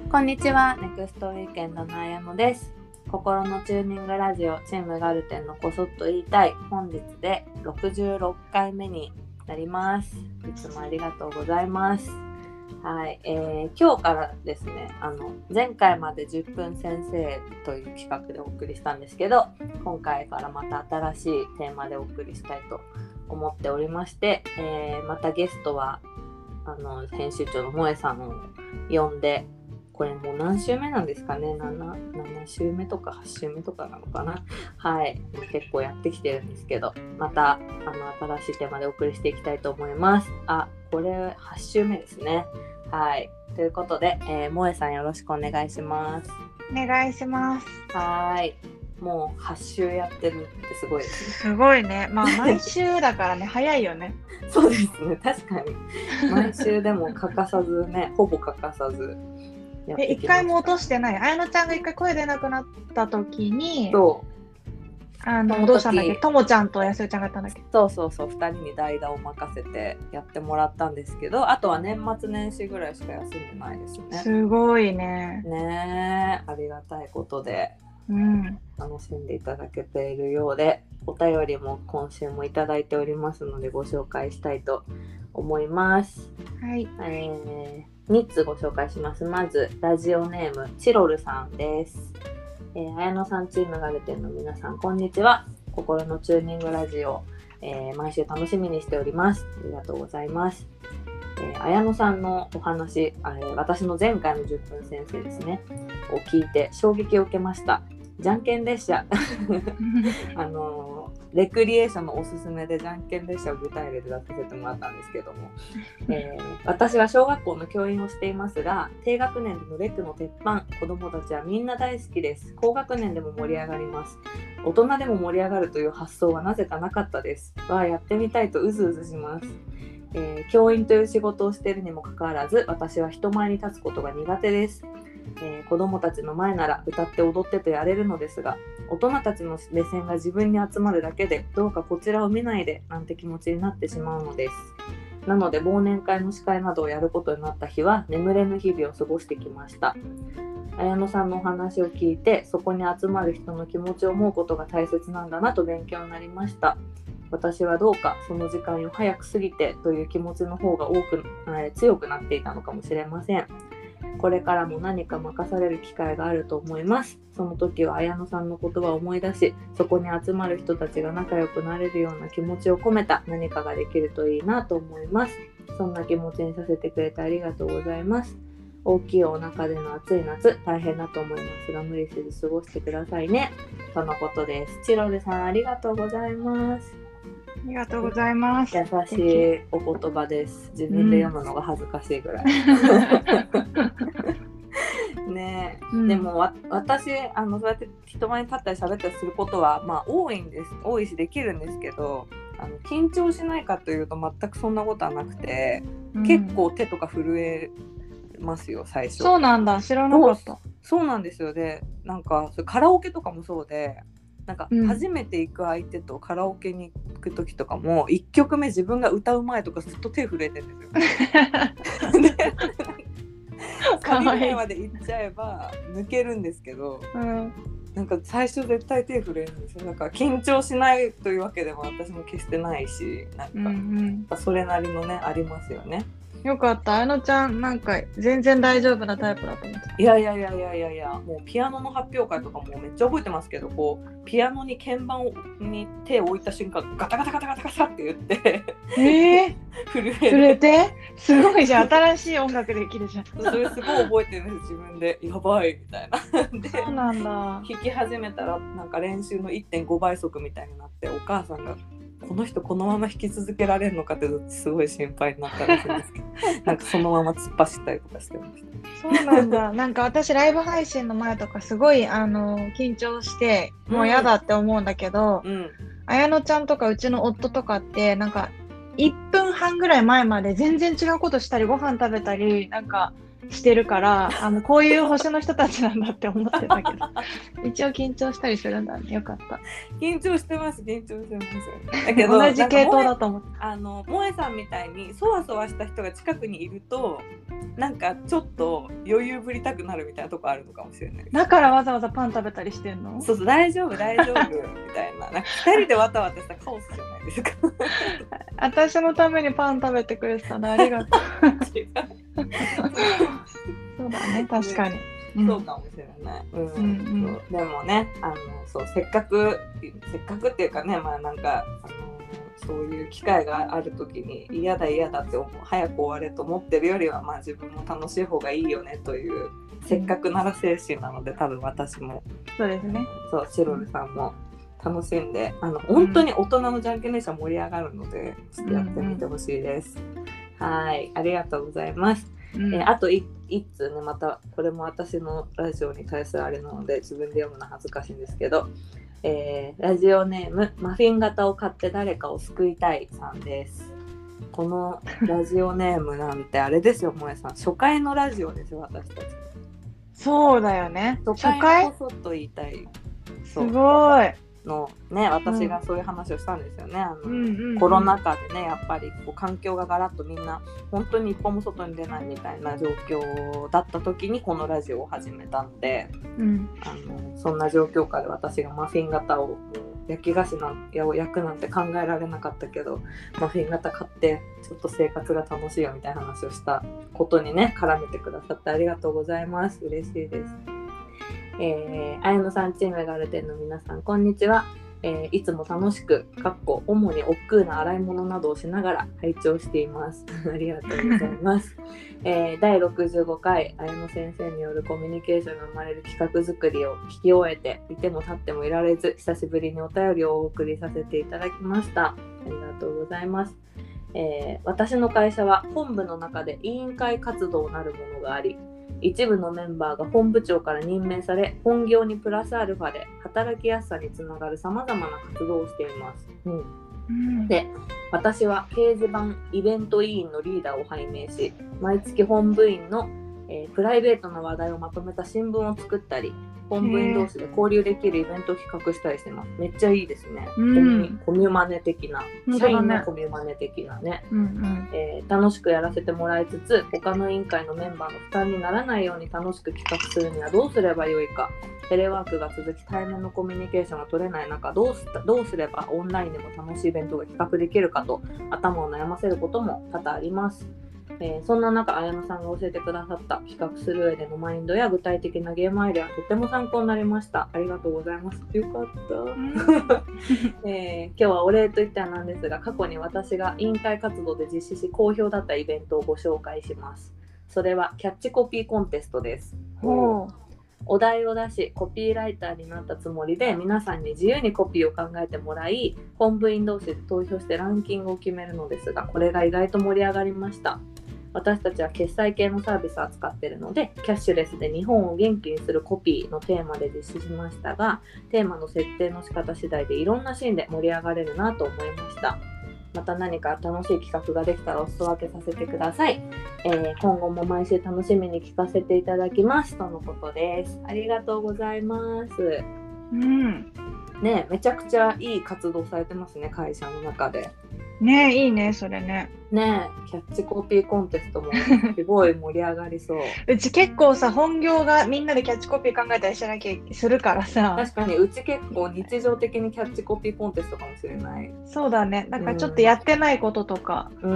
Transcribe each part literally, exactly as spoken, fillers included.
こんにちは、ネクストウィーケンドのあやのです。心のチューニングラジオチームガルテンのこそっと言いたい、本日でろくじゅうろっかいめになります。いつもありがとうございます。はい、えー、今日からですね、あの前回までじゅっぷん先生という企画でお送りしたんですけど、今回からまた新しいテーマでお送りしたいと思っておりまして、えー、またゲストはあの編集長の萌さんを呼んで、これもう何週目なんですかね、 7, 7週目とかはち週目とかなのかな。はい、結構やってきてるんですけど、またあの新しいテーマでお送りしていきたいと思います。あ、これはち週目ですね。はい、ということで、えー、萌さんよろしくお願いします。 お願いします。 はい、もうはち週やってるってすごいですね。 すごいね。まあ毎週だからね早いよね。 そうですね、確かに毎週でも欠かさずねほぼ欠かさずやってきました。 え、一回も落としてない。あやのちゃんが一回声出なくなった時に、 そうあのどうしたんだっけ、ともちゃんとやすよちゃんがやったんだっけ。 そうそうそう、ふたりに代打を任せてやってもらったんですけど、あとは年末年始ぐらいしか休んでないですよね。 すごいね。 ねえ、ありがたいことで、 うん、 楽しんでいただけているようで、お便りも今週もいただいておりますのでご紹介したいと思います。 はい、 えー、みっつご紹介します。まずラジオネームチロルさんです。えー、綾野さんチームガルテンの皆さんこんにちは。心のチューニングラジオ、えー、毎週楽しみにしております。ありがとうございます。えー、綾野さんのお話、えー、私の前回のじゅっぷん先生ですねを聞いて衝撃を受けました。じゃんけん列車あのー、レクリエーションのおすすめでじゃんけん列車を具体例で出させてもらったんですけども、えー、私は小学校の教員をしていますが、低学年でのレクの鉄板、子どもたちはみんな大好きです。高学年でも盛り上がります。大人でも盛り上がるという発想はなぜかなかったです。わあ、やってみたいとうずうずします。えー、教員という仕事をしているにもかかわらず、私は人前に立つことが苦手です。えー、子どもたちの前なら歌って踊ってとやれるのですが、大人たちの目線が自分に集まるだけで、どうかこちらを見ないでなんて気持ちになってしまうのです。なので忘年会の司会などをやることになった日は眠れぬ日々を過ごしてきました。綾野さんのお話を聞いて、そこに集まる人の気持ちを思うことが大切なんだなと勉強になりました。私はどうかその時間を早く過ぎてという気持ちの方が多く、えー、強くなっていたのかもしれません。これからも何か任される機会があると思います。その時は綾野さんの言葉を思い出し、そこに集まる人たちが仲良くなれるような気持ちを込めた何かができるといいなと思います。そんな気持ちにさせてくれてありがとうございます。大きいお腹での暑い夏、大変だと思いますが無理せず過ごしてくださいね、とのことです。チロルさん、ありがとうございます。 ありがとうございます。 優しいお言葉です。自分で読むのが恥ずかしいぐらい、うん、ねえ、うん、でもわ私あのそうやって人前に立ったり喋ったりすることはまあ多いんです多いしできるんですけど、あの緊張しないかというと全くそんなことはなくて、うん、結構手とか震えますよ最初。 そうなんだ、知らなかった。 そうなんですよ。で、なんかそれカラオケとかもそうで、なんか初めて行く相手とカラオケに行く時とかも、うん、いっきょくめ自分が歌う前とかずっと手震えてるんですよ。で、サビぐらいまで行っちゃえば抜けるんですけど、うん、なんか最初絶対手震えるんですよ。なんか緊張しないというわけでも私も決してないし、なんか、うんうん、それなりのねありますよね。 よかった。あやのちゃんなんか全然大丈夫なタイプだと思ってた。 いやいやいやいやいやいや、もうピアノの発表会とかもめっちゃ覚えてますけど、こうピアノに鍵盤に手を置いた瞬間ガタガタガタガタガタって言ってえー、 震え震えてすごいじゃん。新しい音楽できるじゃん。 それすごい覚えてるんです自分で。やばいみたいなで、 そうなんだ。 弾き始めたらなんか練習の いってんごばい速みたいになって、お母さんがこの人このまま弾き続けられるのかってすごい心配になったらしいんですけどなんかそのまま突っ走ったりとかしてました。 そうなんだ。なんか私ライブ配信の前とかすごいあの緊張してもう嫌だって思うんだけど、うん、綾乃ちゃんとかうちの夫とかってなんかいっぷんはんぐらい前まで全然違うことしたりご飯食べたりなんかしてるからあのこういう星の人たちなんだって思ってたけど一応緊張したりするんだね。よかった。 緊張してます緊張してますだけど同じ系統だと思って、 あの萌えさんみたいにそわそわした人が近くにいるとなんかちょっと余裕ぶりたくなるみたいなとこあるのかもしれない。 だからわざわざパン食べたりしてんの？ そうそう大丈夫大丈夫みたいな、なんかふたりでわたわたしたカオスじゃないですか私のためにパン食べてくれてたのありがとうそうだね確かに、 うん、そうかもしれない、うんうんうん、そうでもねあのそうせっかくせっかくっていうかねまあなんかあのそういう機会があるときに嫌だ嫌だって思う早く終われと思ってるよりはまあ自分も楽しい方がいいよねというせっかくなら精神なので多分私もそうですねそうチロルさんも楽しんであの本当に大人のじゃんけん列車盛り上がるのでちょっとやってみてほしいです、うんうんはいありがとうございます、うんえー、あといっ通ねまたこれも私のラジオに対するあれなので自分で読むの恥ずかしいんですけど、えー、ラジオネームマフィン型を買って誰かを救いたいさんです。このラジオネームなんてあれですよ萌さん初回のラジオですよ私たち。 そうだよね初回こそっと言いたいすごいのね私がそういう話をしたんですよね、うんあのうんうんうん、コロナ禍でねやっぱりこう環境がガラッとみんな本当に一歩も外に出ないみたいな状況だった時にこのラジオを始めたので、うん、あのそんな状況下で私がマフィン型を焼き菓子なんやを焼くなんて考えられなかったけどマフィン型買ってちょっと生活が楽しいよみたいな話をしたことにね絡めてくださってありがとうございます。嬉しいです。えー、綾野さんチームガルテンの皆さんこんにちは、えー、いつも楽しくかっこ主に億劫な洗い物などをしながら拝聴していますありがとうございます、えー、だいろくじゅうごかい綾野先生によるコミュニケーションが生まれる企画作りを聞き終えていても立ってもいられず久しぶりにお便りをお送りさせていただきました。ありがとうございます。えー、私の会社は本部の中で委員会活動なるものがあり一部のメンバーが本部長から任命され本業にプラスアルファで働きやすさにつながるさまざまな活動をしています、うんうん、で私は掲示板イベント委員のリーダーを拝命し毎月本部員の、えー、プライベートな話題をまとめた新聞を作ったり本部員同士で交流できるイベントを企画したりしてます。めっちゃいいですね、うん、コミュマネ的な社員のコミュマネ的なね、うんうんえー、楽しくやらせてもらいつつ他の委員会のメンバーの負担にならないように楽しく企画するにはどうすればよいかテレワークが続き対面のコミュニケーションが取れない中どうす、どうすればオンラインでも楽しいイベントが企画できるかと頭を悩ませることも多々あります。えー、そんな中、綾野さんが教えてくださった企画する上でのマインドや具体的なゲームアイデアはとても参考になりました。ありがとうございます。よかった、えー、今日はお礼といってはなんですが過去に私が委員会活動で実施し好評だったイベントをご紹介します。それはキャッチコピーコンテストです。お題を出しコピーライターになったつもりで皆さんに自由にコピーを考えてもらい本部員同士で投票してランキングを決めるのですがこれが意外と盛り上がりました。私たちは決済系のサービスを扱っているのでキャッシュレスで日本を元気にするコピーのテーマで実施しましたがテーマの設定の仕方次第でいろんなシーンで盛り上がれるなと思いました。また何か楽しい企画ができたらお裾分けさせてください、えー、今後も毎週楽しみに聞かせていただきますとのことです。ありがとうございます、うんね、めちゃくちゃいい活動されてますね会社の中でねえいいねそれねねえキャッチコピーコンテストもすごい盛り上がりそううち結構さ本業がみんなでキャッチコピー考えたりしなきゃするからさ確かにうち結構日常的にキャッチコピーコンテストかもしれない。 そうだねなんかちょっとやってないこととか、うん、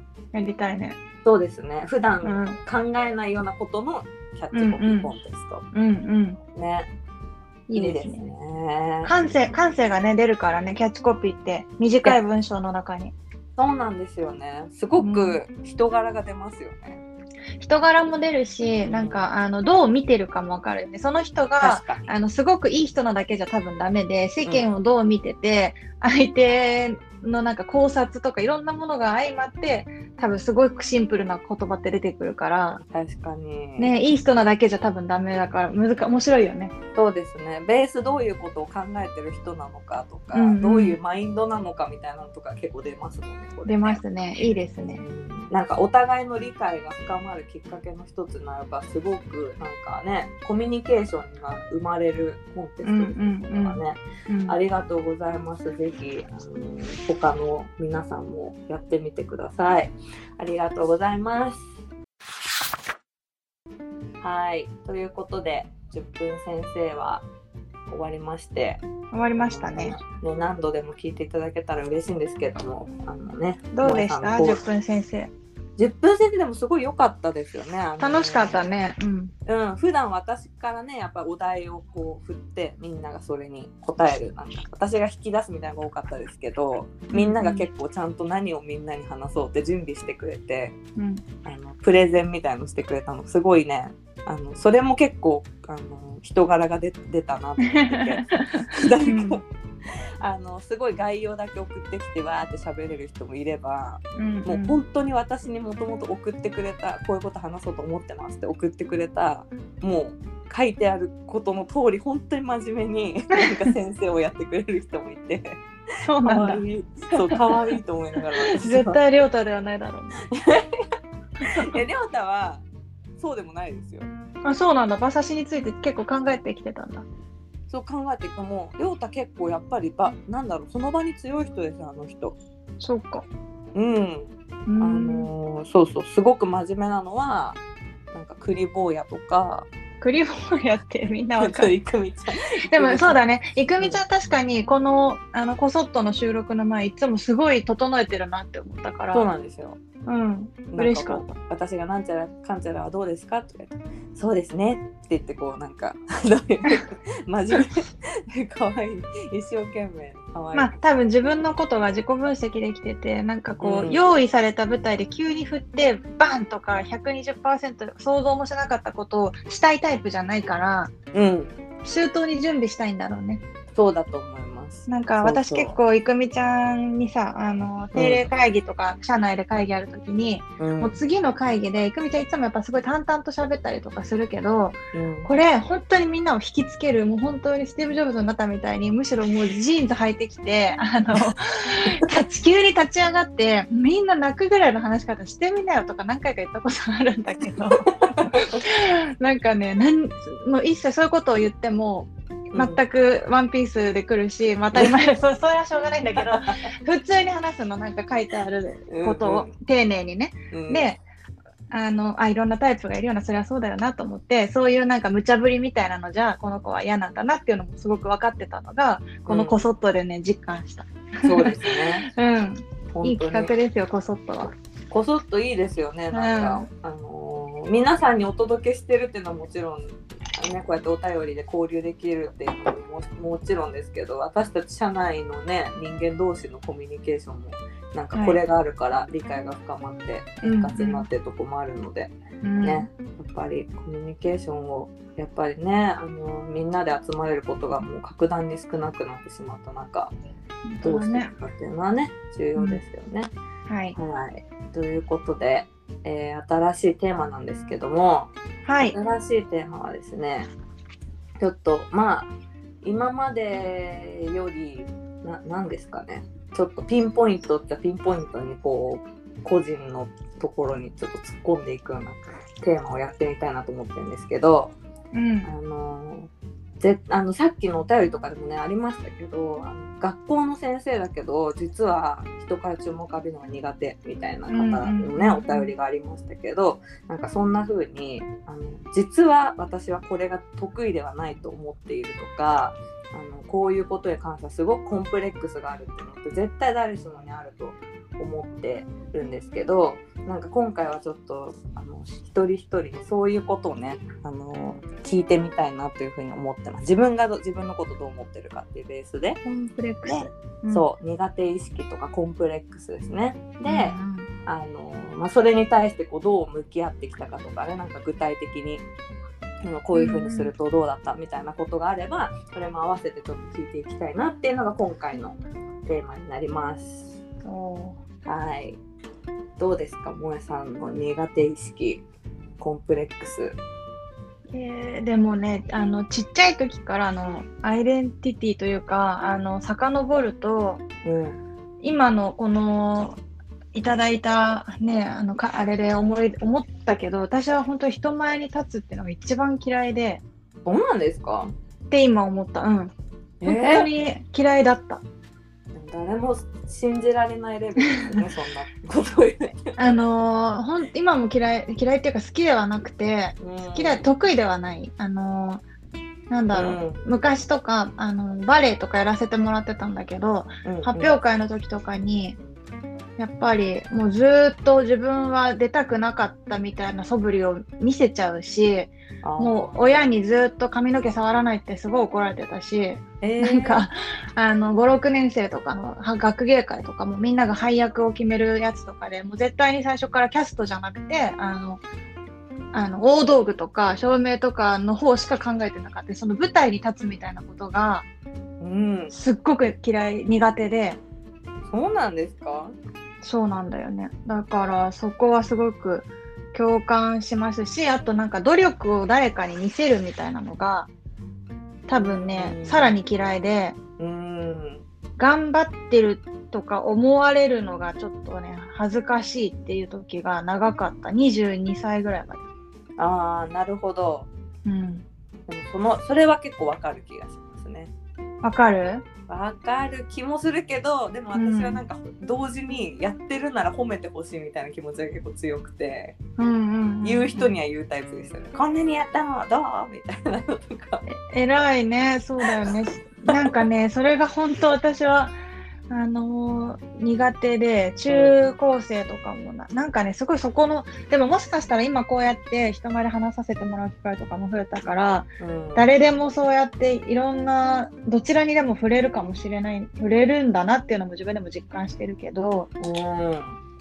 やりたいね。 そうですね普段考えないようなことのキャッチコピーコンテスト、うんうんうんうん、ねいいですね。感性、感性がね出るからねキャッチコピーって短い文章の中に。 そうなんですよね。すごく人柄が出ますよね。 うん、人柄も出るし、なんかあのどう見てるかも分かるよね。その人があのすごくいい人なだけじゃ多分ダメで、世間をどう見てて、うん、相手のなんか考察とかいろんなものが相まって多分すごくシンプルな言葉って出てくるから確かにねいい人なだけじゃ多分ダメだから難か面白いよね。 そうですねベースどういうことを考えてる人なのかとか、うんうん、どういうマインドなのかみたいなのとか結構出ますもんねこれね。 出ますねいいですね、 うんなんかお互いの理解が深まるきっかけの一つになるから、すごくなんかねコミュニケーションが生まれるコンテストですからね、うんうん、ありがとうございます。ぜひあの他の皆さんもやってみてください。ありがとうございます。はい、ということでじゅっぷん先生は終わりまして終わりましたね。 ね、何度でも聞いていただけたら嬉しいんですけども、あのね、 どうでしたじゅっぷん先生。 じゅっぷん先生でもすごい良かったですよね。あの楽しかったね。うん。 うん、普段私からねやっぱお題をこう振ってみんながそれに答える、なんか私が引き出すみたいなのが多かったですけど、みんなが結構ちゃんと何をみんなに話そうって準備してくれて、うん、あのプレゼンみたいのしてくれたのすごいね。あのそれも結構あの人柄が出たなと思っててなんかあのすごい概要だけ送ってきてわーって喋れる人もいれば、うんうん、もう本当に私にもともと送ってくれたこういうこと話そうと思ってますって送ってくれた、もう書いてあることの通り本当に真面目になんか先生をやってくれる人もいてそうなんだ。 かわいい、そうかわいいと思いながら絶対りょうたではないだろうね。 いやりょうたはそうでもないですよ。 あ、そうなんだ。馬刺しについて結構考えてきてたんだ。 そう考えていくともうりょうた結構やっぱりばなんだろうその場に強い人ですよあの人。 そうか。 うん。うんあのー、そうそうすごく真面目なのはなんか栗坊やとか。 栗坊やってみんなわかる。 いくみちゃん。 でもそうだね。いくみちゃん確かにこのあのこそっとの収録の前いつもすごい整えてるなって思ったから。 そうなんですよ。 うん、嬉しかった。 私がなんちゃらかんちゃらはどうですかとか言ってそうですねって言ってこうなんか真面目かわいい一生懸命かわいい。 まあ多分自分のことが自己分析できててなんかこう、うん、用意された舞台で急に振ってバンとか ひゃくにじゅっパーセント 想像もしなかったことをしたいタイプじゃないから、うん、周到に準備したいんだろうね。 そうだと思います。 なんか私そうそう結構いくみちゃんにさあの定例会議とか、うん、社内で会議あるときに、うん、もう次の会議でいくみちゃんいつもやっぱすごい淡々と喋ったりとかするけど、うん、これ本当にみんなを引きつけるもう本当にスティーブ・ジョブズになったみたいにむしろもうジーンズ履いてきてあの地球に立ち上がってみんな泣くぐらいの話し方してみなよとか何回か言ったことあるんだけどなんかねなんもう一切そういうことを言っても全くワンピースで来るし、まあ、当たり前でそ, それはしょうがないんだけど普通に話すのなんか書いてあることを丁寧にね、うんうん、であのあいろんなタイプがいるようなそれはそうだよなと思ってそういうなんか無茶ぶりみたいなのじゃこの子は嫌なんだなっていうのもすごく分かってたのがこのこそっとでね、うん、実感した。 そうですね、 うん、いい企画ですよこそっとは。 こそっといいですよねなんか、うん、あのー、皆さんにお届けしてるっていうのはもちろんね、こうやってお便りで交流できるっていうのも も, もちろんですけど私たち社内のね人間同士のコミュニケーションもなんかこれがあるから理解が深まって円滑になってるとこもあるので、うんうん、ねやっぱりコミュニケーションをやっぱりねあのみんなで集まれることがもう格段に少なくなってしまった中どうしていくかっていうのはね重要ですよね、 うん、はい、 はい、ということでえー、新しいテーマなんですけども、 はい、 新しいテーマはですねちょっとまあ今までよりななんですかねちょっとピンポイントってピンポイントにこう個人のところにちょっと突っ込んでいくようなテーマをやってみたいなと思ってるんですけど、 うん、 あのぜあのさっきのお便りとかでもねありましたけどあの学校の先生だけど実は人から注目浴びるのが苦手みたいな方のね、うんうん、お便りがありましたけどなんかそんな風にあの実は私はこれが得意ではないと思っているとかあのこういうことに関してはすごくコンプレックスがあるっていうのって絶対誰しもにあると思ってるんですけどなんか今回はちょっとあの一人一人にそういうことをねあの聞いてみたいなというふうに思ってます。自分がど自分のことどう思ってるかっていうベースでコンプレックス、ねうん、そう苦手意識とかコンプレックスですね。で、うんうんあのまあ、それに対してこうどう向き合ってきたかとかねなんか具体的にこういう風にするとどうだったみたいなことがあればそれも合わせてちょっと聞いていきたいなっていうのが今回のテーマになります。 おはい、どうですかもえさんの苦手意識コンプレックス。 えー、でもねあのちっちゃい時からのアイデンティティというかあの遡ると、うん、今のこのいただいたね、あのかあれで思い思ったけど、私は本当に人前に立つっていうのが一番嫌いで。 そうなんですか？ って今思った。うん。 えー、 本当に嫌いだった。 誰も信じられないレベルですね、そんなことを言う。 あのー、ほん今も嫌い嫌いっていうか好きではなくて、うん、好きで得意ではない。あのー、なんだろう、うん、昔とかあのバレエとかやらせてもらってたんだけど、うんうん、発表会の時とかにやっぱりもうずっと自分は出たくなかったみたいな素振りを見せちゃうし、もう親にずっと髪の毛触らないってすごい怒られてたし、えー、なんかあのご、ろくねん生とかの学芸会とかもみんなが配役を決めるやつとかでもう絶対に最初からキャストじゃなくてあのあの大道具とか照明とかの方しか考えてなかった。その舞台に立つみたいなことが、うん、すっごく嫌い苦手で。 そうなんですか？ そうなんだよね。だからそこはすごく共感しますし、あとなんか努力を誰かに見せるみたいなのが多分ね、うん、さらに嫌いで、うん、頑張ってるとか思われるのがちょっとね恥ずかしいっていう時が長かった。にじゅうにさいぐらいまで。 ああ、なるほど。うん。でもそのそれは結構わかる気がしますね。 わかる？ わかる気もするけど、でも私はなんか同時にやってるなら褒めてほしいみたいな気持ちが結構強くて、うんうんうん、言う人には言うタイプでしたね。こんなにやったのどうみたいなのとか。 え偉いね。そうだよね。なんかねそれが本当私はあのー、苦手で、中高生とかもな、なんかねすごいそこのでももしかしたら今こうやって人前で話させてもらう機会とかも増えたから、うん、誰でもそうやっていろんなどちらにでも触れるかもしれない触れるんだなっていうのも自分でも実感してるけど、うん、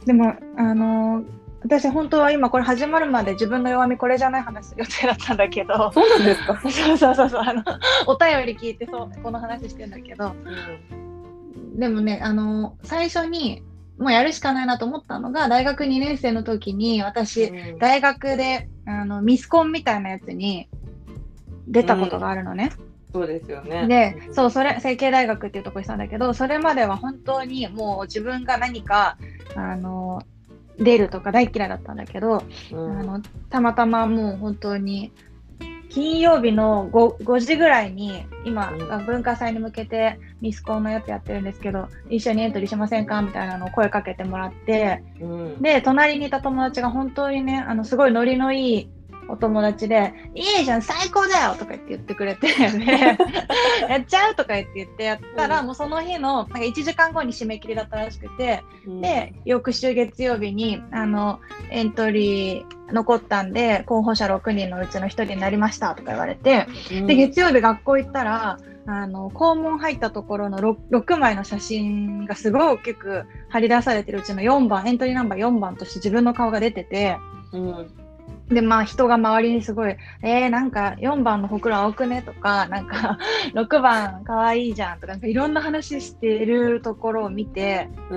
でもあのー、私本当は今これ始まるまで自分の弱みこれじゃない話する予定だったんだけど。 そうなんですか？ そうそうそうそうあのお便り聞いてそうこの話してんだけど、うんでもね、あの最初にもうやるしかないなと思ったのが大学にねん生の時に私、うん、大学であのミスコンみたいなやつに出たことがあるのね、 うん、そうですよね。 で、うん、そうそれ成蹊大学っていうとこにしたんだけど、それまでは本当にもう自分が何かあの出るとか大嫌いだったんだけど、うん、あのたまたまもう本当に金曜日の 5, ごじぐらいに今、うん、文化祭に向けてミスコンのやつやってるんですけど一緒にエントリーしませんかみたいなのを声かけてもらって、うん、で隣にいた友達が本当にねあのすごいノリのいいお友達でいいじゃん最高だよとか言って言ってくれて、ね、やっちゃうとか言って言ってやったら、うん、もうその日のなんかいちじかんごに締め切りだったらしくて、うん、で翌週月曜日にあのエントリー残ったんで候補者ろくにんのうちのひとりになりましたとか言われて、うん、で月曜日学校行ったらあの校門入ったところの 6, ろくまいの写真がすごい大きく貼り出されてるうちのよんばんエントリーナンバーよんばんとして自分の顔が出てて、うんでまあ人が周りにすごいえー、なんかよんばんのほくろ青くねとかなんかろくばんかわいいじゃんとか、 なんかいろんな話してるところを見て、うん、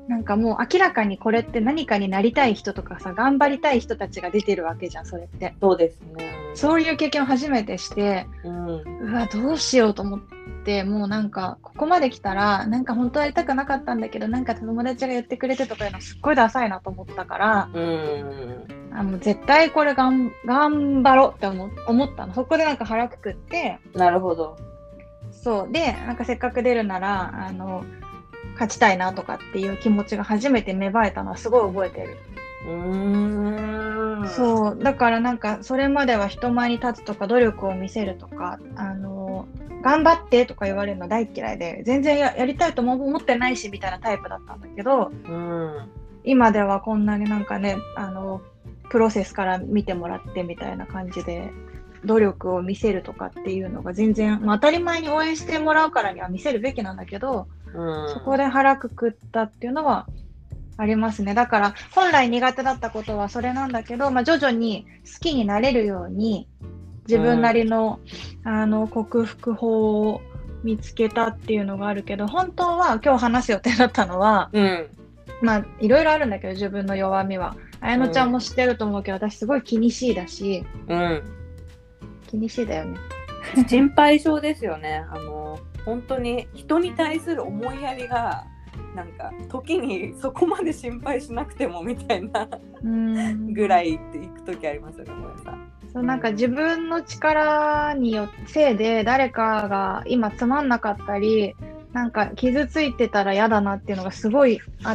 なんかもう明らかにこれって何かになりたい人とかさ頑張りたい人たちが出てるわけじゃんそれって。 そうですね。 そういう経験を初めてして、うん、うわどうしようと思ってもうなんかここまで来たらなんか本当はやりたくなかったんだけどなんか友達が言ってくれてとかいうのすっごいダサいなと思ったから、うんあの絶対これがん頑張ろうって思思ったの。そこでなんか腹くくって。 なるほど。 そうでなんかせっかく出るならあの勝ちたいなとかっていう気持ちが初めて芽生えたのはすごい覚えてる。うーんそうだからなんかそれまでは人前に立つとか努力を見せるとかあの頑張ってとか言われるの大嫌いで全然 や, やりたいとも思ってないしみたいなタイプだったんだけど、うん今ではこんなになんかねあのプロセスから見てもらってみたいな感じで努力を見せるとかっていうのが全然、まあ、当たり前に応援してもらうからには見せるべきなんだけど、うん、そこで腹くくったっていうのはありますね。だから本来苦手だったことはそれなんだけど、まあ、徐々に好きになれるように自分なりの、うん、あの克服法を見つけたっていうのがあるけど本当は今日話す予定だったのは、うんまあいろいろあるんだけど自分の弱みは綾乃ちゃんも知ってると思うけど、うん、私すごい気にしいだし、うん、気にしいだよね心配性ですよね。あの本当に人に対する思いやりがなんか時にそこまで心配しなくてもみたいなぐらいって行く時ありますよね、萌さん。 そう、なんか自分の力によってせいで誰かが今つまんなかったりなんか傷ついてたら嫌だなっていうのがすごいあって、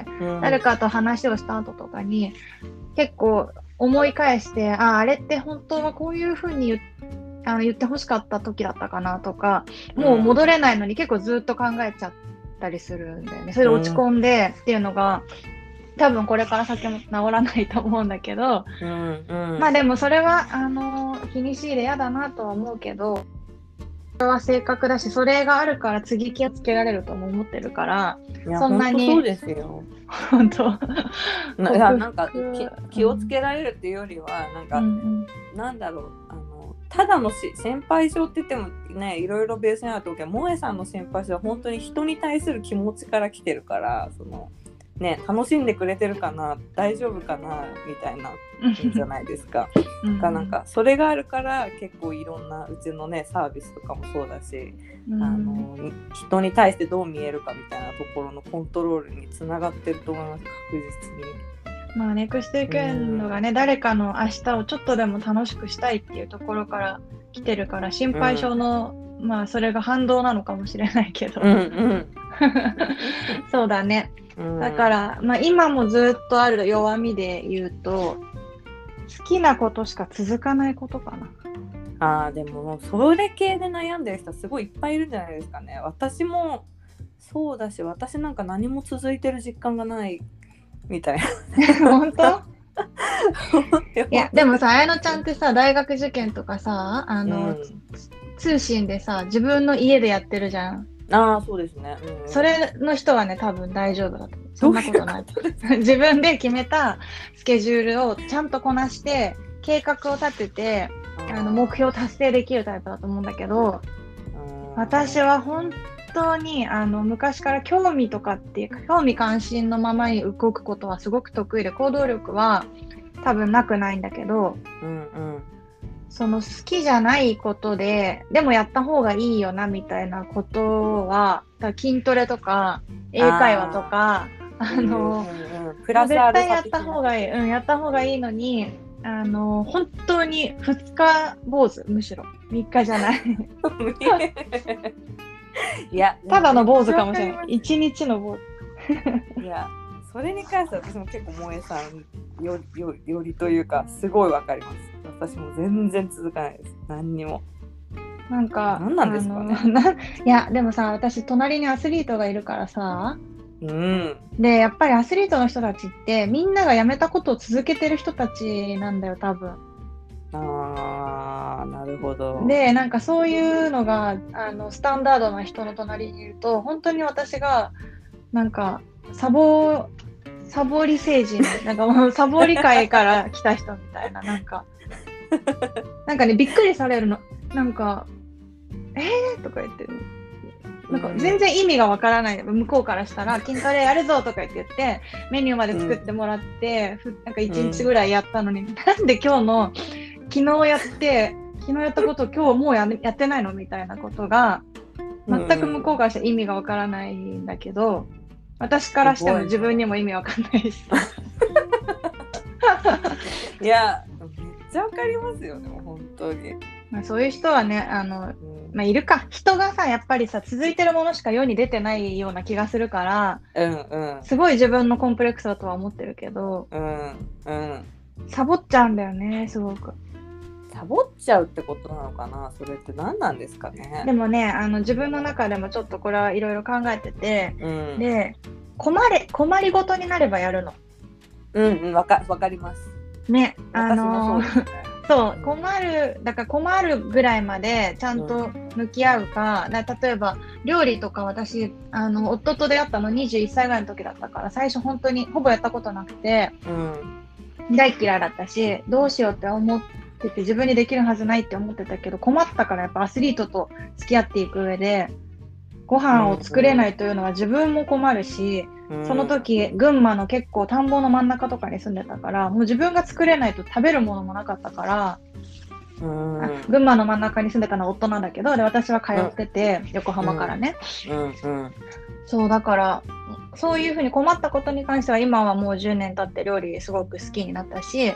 うん、誰かと話をした後とかに結構思い返して、ああ、あれって本当はこういう風に言ってあの言ってほしかった時だったかなとか、もう戻れないのに結構ずっと考えちゃったりするんだよね。それで落ち込んでっていうのが、多分これから先も治らないと思うんだけど、うんうん、まあでもそれはあの気にしいで嫌だなとは思うけど、それは性格だし、それがあるから次気をつけられるとも思ってるから、そんなにそうですよ。 本当な, なんか気, 気をつけられるっていうよりはなんか、うん、なんだろう、あのただのし先輩症って言ってもね、いろいろベースにあると思うけど、萌さんの先輩症は本当に人に対する気持ちから来てるから、そのね、楽しんでくれてるかな、大丈夫かなみたいなんじゃないですか。うん、かなんかそれがあるから結構いろんなうちのねサービスとかもそうだし、うん、あの人に対してどう見えるかみたいなところのコントロールにつながってると思います、確実に。 まあネクストウィークエンドがね、うん、誰かの明日をちょっとでも楽しくしたいっていうところから来てるから、心配性の、うん、まあそれが反動なのかもしれないけど、うんうん、そうだね、うん、だから、まあ、今もずっとある弱みで言うと、好きなことしか続かないことかな。 あー、でもそれ系で悩んでる人すごいいっぱいいるんじゃないですかね。私もそうだし、私なんか何も続いてる実感がないみたいな。 本当？いやでもさ、あやのちゃんってさ、大学受験とかさ、あの、うん、通信でさ、自分の家でやってるじゃん。 ああ、そうですね、うん、 それの人はね、多分大丈夫だと思う。そんなことないと自分で決めたスケジュールをちゃんとこなして計画を立てて、あの目標を達成できるタイプだと思うんだけど、私は本当にあの昔から興味とかっていうか、興味関心のままに動くことはすごく得意で、行動力は多分なくないんだけど、うんうん、その好きじゃないことででもやった方がいいよなみたいなことは、筋トレとか英会話とか、あの、うんうん、プラスアルファ絶対やった方がいい、うん、やった方がいいのに、あの本当にふつか坊主、むしろみっかじゃないいやただの坊主かもしれない、いちにちの坊主いや、それに関しては私も結構萌えさんより、より、よりというかすごいわかります。私も全然続かないです、何にも。 なんか何なんですかね。 いやでもさ、私隣にアスリートがいるからさ、 うん、 でやっぱりアスリートの人たちってみんながやめたことを続けてる人たちなんだよ、多分。 あー、なるほど。 でなんかそういうのがあのスタンダードな人の隣にいると、本当に私がなんかサボサボり星人なんかもうサボり界から来た人みたいな、なんかなんかね、びっくりされるの。なんかえーとか言ってる、なんか全然意味がわからない、向こうからしたら筋トレやるぞとか言って言ってメニューまで作ってもらって、うん、なんかいちにちぐらいやったのに、うん、なんで今日の昨日やって昨日やったことを今日もう や, やってないのみたいなことが全く向こうからしたら意味がわからないんだけど、私からしても自分にも意味わかんないしいやめっちゃわかりますよね、本当に。 まあ、そういう人はね、あの、うんまあ、いるか。人がさ、やっぱりさ、続いてるものしか世に出てないような気がするから、 うんうん、 すごい自分のコンプレックスだとは思ってるけど、 うんうん、 サボっちゃうんだよね、すごく。 サボっちゃうってことなのかな、それって何なんですかね。 でもね、あの自分の中でもちょっとこれはいろいろ考えてて、うん、で困れ困りごとになればやるの。 うんうん、わかわかります。 ね、あのー、そう、困る、だから困るぐらいまでちゃんと向き合うか、うん、だ例えば料理とか私、あの夫と出会ったのにじゅういっさいぐらいの時だったから、最初本当にほぼやったことなくて、うん、大嫌いだったし、どうしようって思ってて、自分にできるはずないって思ってたけど、困ったからやっぱアスリートと付き合っていく上で、ご飯を作れないというのは自分も困るし、うん、その時群馬の結構田んぼの真ん中とかに住んでたから、もう自分が作れないと食べるものもなかったから、うん、群馬の真ん中に住んでたのは夫なんだけど、で私は通ってて、うん、横浜からね、うんうん、そうだからそういうふうに困ったことに関しては今はもうじゅうねん経って料理すごく好きになったし、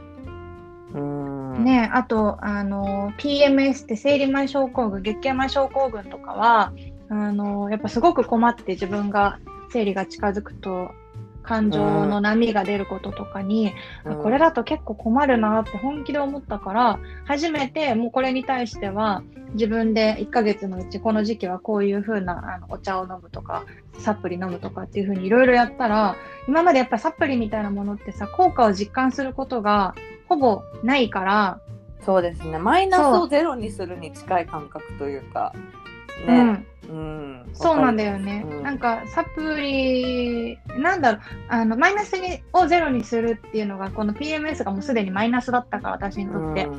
うんね、あとあの ピーエムエス って生理前症候群、月経前症候群とかはあのやっぱすごく困って、自分が生理が近づくと感情の波が出ることとかに、 うん、 これだと結構困るなって本気で思ったから、初めてもうこれに対しては自分でいっかげつのうちこの時期はこういう風なあのお茶を飲むとかサプリ飲むとかっていう風にいろいろやったら、今までやっぱりサプリみたいなものってさ、効果を実感することがほぼないから。 そうですね、マイナスをゼロにするに近い感覚というかね、うん、うん、 そうなんだよね、うん、なんかサプリなんだろう、あのマイナスにをゼロにするっていうのがこの ピーエムエス がもうすでにマイナスだったから私にとって、うん、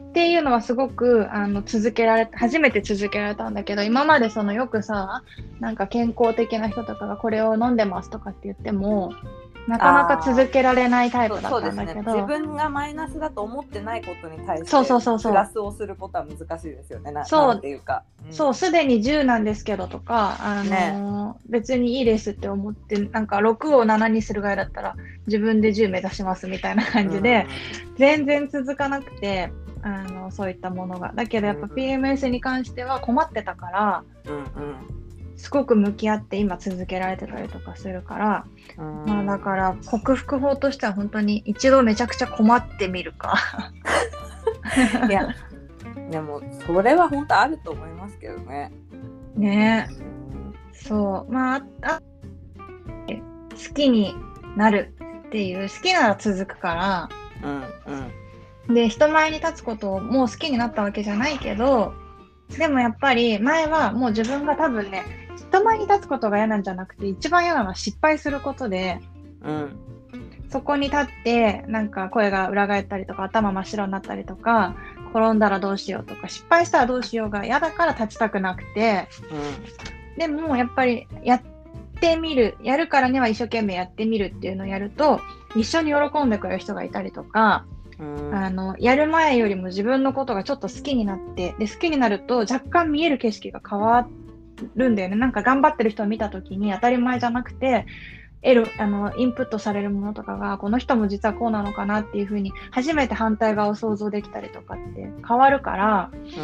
っていうのはすごくあの続けられ初めて続けられたんだけど、今までそのよくさ、なんか健康的な人とかがこれを飲んでますとかって言ってもなかなか続けられないタイプだったんだけど、 そうですね、自分がマイナスだと思ってないことに対してそうそうそうそうプラスをすることは難しいですよね。なそうなんていうか、 うん、そうすでにじゅうなんですけどとか、あのーね、別にいいですって思ってなんかろくをななにするぐらいだったら自分でじゅう目指しますみたいな感じで、うん、全然続かなくて、あのそういったものがだけどやっぱ ピーエムエス に関しては困ってたから、うんうん、すごく向き合って今続けられてたりとかするから、うん、まあだから克服法としては本当に一度めちゃくちゃ困ってみるかいやでもそれは本当あると思いますけどね。 ねえ、うん、そうまああ好きになるっていう、好きなら続くから、うんうん、で人前に立つことをもう好きになったわけじゃないけど、でもやっぱり前はもう自分が多分ね、人前に立つことが嫌なんじゃなくて一番嫌なのは失敗することで、うん、そこに立ってなんか声が裏返ったりとか頭真っ白になったりとか転んだらどうしようとか失敗したらどうしようが嫌だから立ちたくなくて、うん、でもやっぱりやってみる、やるからには一生懸命やってみるっていうのをやると一緒に喜んでくれる人がいたりとか、うん、あのやる前よりも自分のことがちょっと好きになって、で好きになると若干見える景色が変わるんだよね。なんか頑張ってる人を見た時に当たり前じゃなくて得るあのインプットされるものとかが、この人も実はこうなのかなっていう風に初めて反対側を想像できたりとかって変わるから、うん、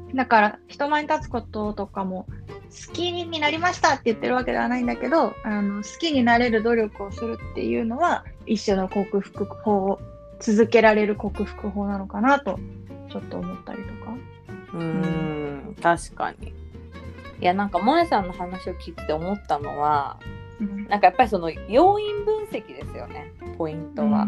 だから人前に立つこととかも好きになりましたって言ってるわけではないんだけど、あの好きになれる努力をするっていうのは一種の克服法、続けられる克服法なのかなとちょっと思ったりとか。 うーん、確かに。いやなんか萌さんの話を聞いて思ったのは、うん、なんかやっぱりその要因分析ですよね、ポイントは。うん、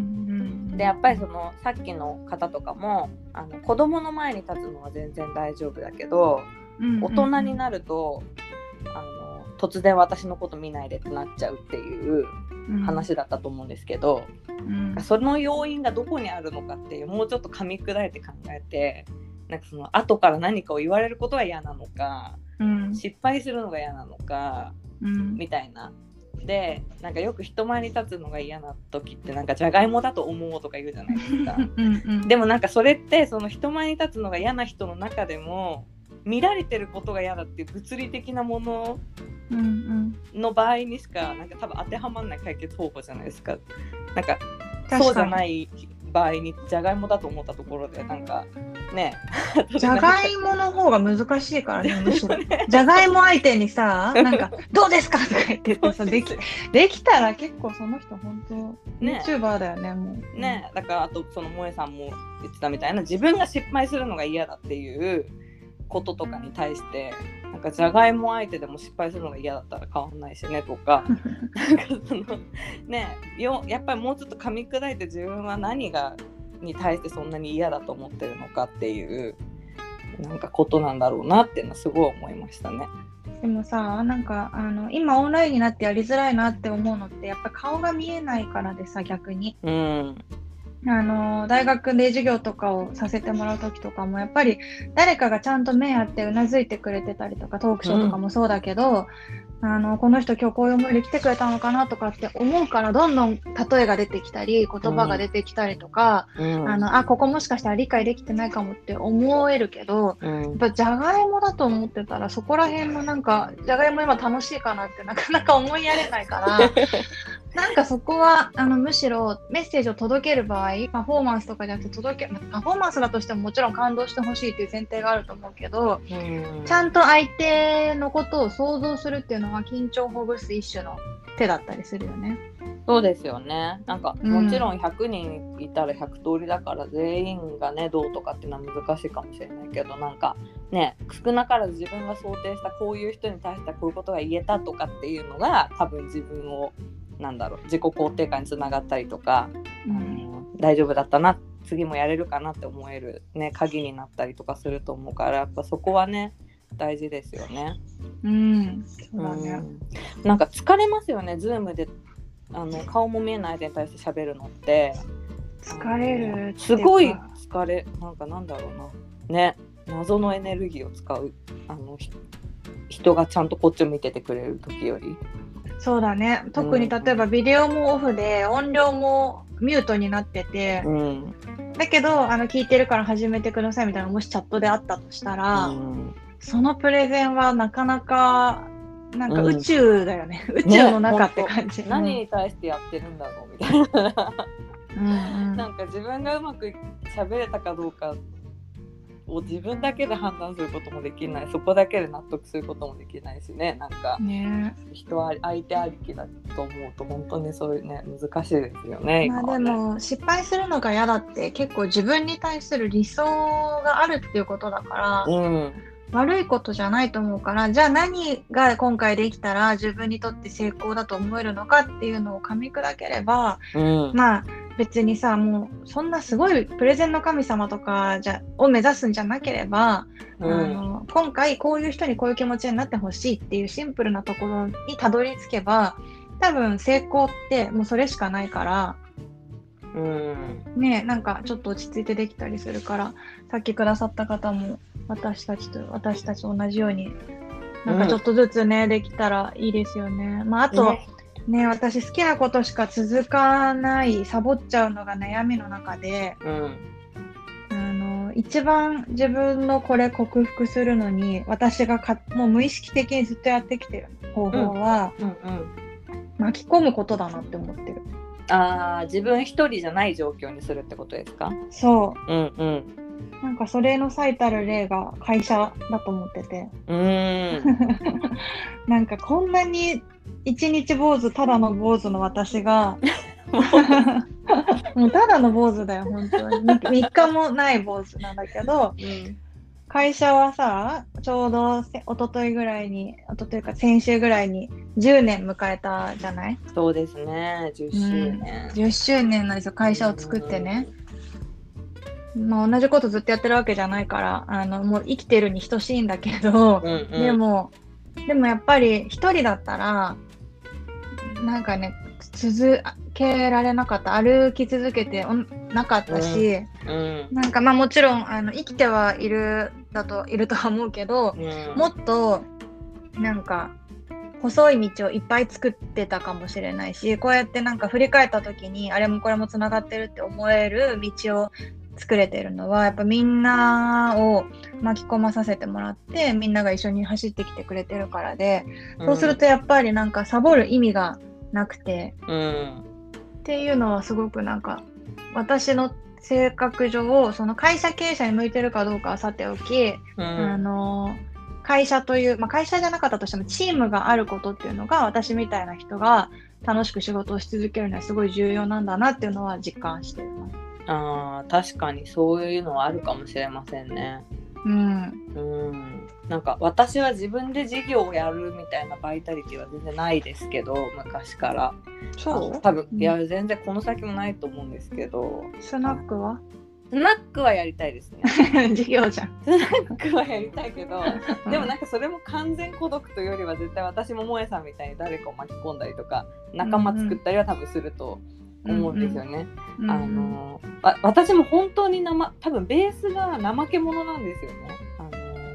でやっぱりそのさっきの方とかもあの子供の前に立つのは全然大丈夫だけど、うん、大人になるとあの突然私のこと見ないでってなっちゃうっていう話だったと思うんですけど、うん、その要因がどこにあるのかっていう、もうちょっと噛み砕いて考えて、なんかその後から何かを言われることが嫌なのか、うん、失敗するのが嫌なのか、うん、みたいな。でなんかよく人前に立つのが嫌な時ってなんかじゃがいもだと思うとか言うじゃないですかうん、うん、でもなんかそれってその人前に立つのが嫌な人の中でも見られてることが嫌だっていう物理的なものの場合にしかなんか多分当てはまらない解決方法じゃないですか。なんかそうじゃない場合にじゃがいもだと思ったところでなんかねじゃがいもの方が難しいからね、むしろじゃがいも相手にさなんかどうですかとか言っててさできできたら結構その人本当、ね、YouTuber だよねもうね。だからあとその萌えさんも言ってたみたいな自分が失敗するのが嫌だっていうこととかに対してなんかじゃがいも相手でも失敗するのが嫌だったら変わんないしねとかなんかそのねよやっぱりもうちょっと噛み砕いて自分は何がに対してそんなに嫌だと思ってるのかっていうなんかことなんだろうなっていうのはすごい思いましたね。 でもさなんかあの今オンラインになってやりづらいなって思うのってやっぱ顔が見えないからでさ、逆に、うん、あの大学で授業とかをさせてもらう時とかもやっぱり誰かがちゃんと目あってうなずいてくれてたりとか、トークショーとかもそうだけど、 あのこの人今日こういう思いで来てくれたのかなとかって思うから、どんどん例えが出てきたり言葉が出てきたりとか、うん、あのあここもしかしたら理解できてないかもって思えるけど、うん、やっぱじゃがいもだと思ってたら、そこら辺のなんかじゃがいも今楽しいかなってなかなか思いやれないからなんかそこはあのむしろメッセージを届ける場合、パフォーマンスとかじゃなくて届けパフォーマンスだとしてももちろん感動してほしいっていう前提があると思うけど、うん、ちゃんと相手のことを想像するっていうのは緊張をほぐす一種の手だったりするよね。 そうですよね。なんかもちろんひゃくにんいたらひゃく通りだから全員がねどうとかっていうのは難しいかもしれないけど、なんかね少なからず自分が想定したこういう人に対してはこういうことが言えたとかっていうのが多分自分をなんだろう自己肯定感につながったりとか、うん、あの大丈夫だったな次もやれるかなって思える、ね、鍵になったりとかすると思うから、やっぱそこはね大事ですよね。 うん、そうだね。 うん、なんか疲れますよね、ズームであの顔も見えない相手に対して喋るのって疲れるってすごい疲れ、なんかなんだろうなね、謎のエネルギーを使う、あの人がちゃんとこっちを見ててくれる時より。 そうだね。特に例えばビデオもオフで音量もミュートになってて、うん、だけどあの聞いてるから始めてくださいみたいなもしチャットであったとしたら、うん、そのプレゼンはなかなかなんか宇宙だよね、うん、宇宙の中って感じ、 ね、何に対してやってるんだろうみたいなうん、うん、なんか自分がうまく喋れたかどうかを自分だけで判断することもできない、そこだけで納得することもできないしね、なんか、ね、人は相手ありきだと思うと本当にそういうね難しいですよね。 まあ、でも失敗するのが嫌だって結構自分に対する理想があるっていうことだから、うん、悪いことじゃないと思うから、じゃあ何が今回できたら自分にとって成功だと思えるのかっていうのを噛み砕ければ、うん、まあ別にさもうそんなすごいプレゼンの神様とかじゃを目指すんじゃなければ、うん、あの今回こういう人にこういう気持ちになってほしいっていうシンプルなところにたどり着けば多分成功ってもうそれしかないから、うん、ね、なんかちょっと落ち着いてできたりするから、さっきくださった方も私たちと私たちと同じようになんかちょっとずつね、うん、できたらいいですよね。まああと、ねね、私好きなことしか続かないサボっちゃうのが悩みの中で、うん、あの一番自分のこれ克服するのに私がかもう無意識的にずっとやってきてる方法は、うんうんうん、巻き込むことだなって思ってる。 あー、自分一人じゃない状況にするってことですか？ そう、うんうん、なんかそれの最たる例が会社だと思ってて、うーんなんかこんなに一日坊主ただの坊主の私がもうただの坊主だよ本当にみっかもない坊主なんだけど、うん、会社はさちょうど一昨日ぐらいに一昨日か先週ぐらいにじゅうねん迎えたじゃない？ そうですね、じゅっしゅうねん、 うん、じゅっしゅうねんなんですよ、会社を作ってね、うん、まあ、同じことずっとやってるわけじゃないからあのもう生きてるに等しいんだけど、うんうん、でもでもやっぱり一人だったらなんかね続けられなかった、歩き続けてなかったし、うんうん、なんかまあもちろんあの生きてはいるだといるとは思うけど、うん、もっとなんか細い道をいっぱい作ってたかもしれないし、こうやってなんか振り返った時にあれもこれもつながってるって思える道を作れてるのはやっぱみんなを巻き込まさせてもらってみんなが一緒に走ってきてくれてるからで、うん、そうするとやっぱりなんかサボる意味がなくて、うん、っていうのはすごくなんか私の性格上その会社経営者に向いてるかどうかはさておき、うん、あの会社という、まあ、会社じゃなかったとしてもチームがあることっていうのが私みたいな人が楽しく仕事をし続けるのはすごい重要なんだなっていうのは実感しています。 あー、確かにそういうのはあるかもしれませんね。うん、うん、なんか私は自分で事業をやるみたいなバイタリティは全然ないですけど、昔から。そう多分、うん、いや全然この先もないと思うんですけど。 スナックはスナックはやりたいですね。 事業じゃん。 スナックはやりたいけどでもなんかそれも完全孤独というよりは絶対私も萌えさんみたいに誰かを巻き込んだりとか仲間作ったりは多分すると思うんですよね。うんうん、あのあ私も本当に生多分ベースが怠け者なんですよね。あの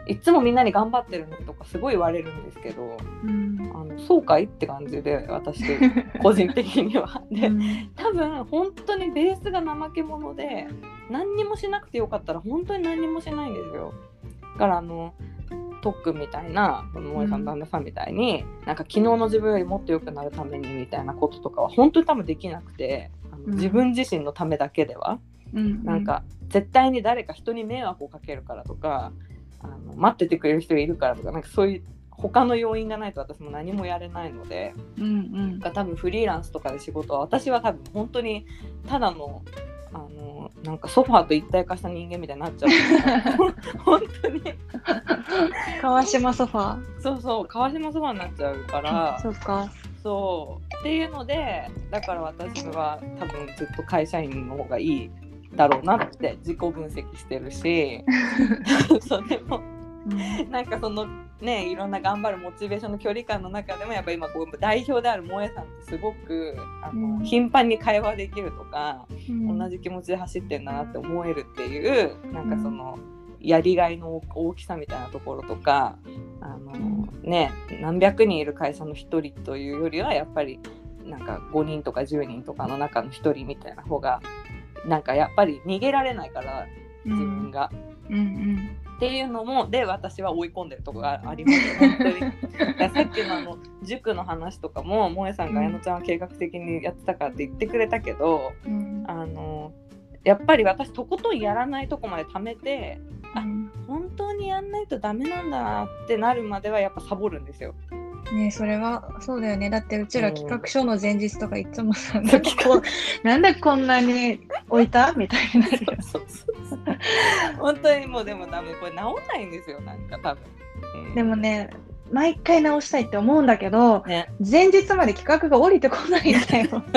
いつもみんなに頑張ってるねとかすごい言われるんですけど、 うん、 あのそうかいって感じで私個人的にはで、うん、多分本当にベースが怠け者で何にもしなくてよかったら本当に何にもしないんですよ。だからあの特訓みたいな萌えさん旦那さんみたいに、うん、なんか昨日の自分よりもっと良くなるためにみたいなこととかは本当に多分できなくて、あの、うん、自分自身のためだけでは、うん、なんか絶対に誰か人に迷惑をかけるからとか、あの待っててくれる人がいるからとか、なんかそういう他の要因がないと私も何もやれないので、うんうん、多分フリーランスとかで仕事は私は多分本当にただのあのなんかソファーと一体化した人間みたいになっちゃう本当に川島ソファーそうそう川島ソファーになっちゃうからそうかそうっていうので、だから私は多分ずっと会社員の方がいいだろうなって自己分析してるしそうでもなんかそのねいろんな頑張るモチベーションの距離感の中でもやっぱ今こう代表である萌えさんってすごくあの、うん、頻繁に会話できるとか、うん、同じ気持ちで走ってんだなって思えるっていうなんかそのやりがいの大きさみたいなところとか、あの、ね、何百人いる会社の一人というよりはやっぱりなんかごにんとかじゅうにんとかの中の一人みたいな方がなんかやっぱり逃げられないから自分が、うんうんうんっていうのもで私は追い込んでるところがありますよ本当にださっきのあの塾の話とかも萌えさんが綾乃ちゃんは計画的にやってたからって言ってくれたけど、うん、あのやっぱり私とことんやらないとこまで貯めて、うん、あ本当にやんないとダメなんだなってなるまではやっぱサボるんですよ。 ね、それはそうだよね。だってうちら企画書の前日とかいつもさ、うん、なんかこうなんでこんなに置いたみたいになるよそうそうそう本当にもうでも多分これ直んないんですよなんか多分、 うん、でもね毎回直したいって思うんだけど、ね、前日まで企画が降りてこないんだよ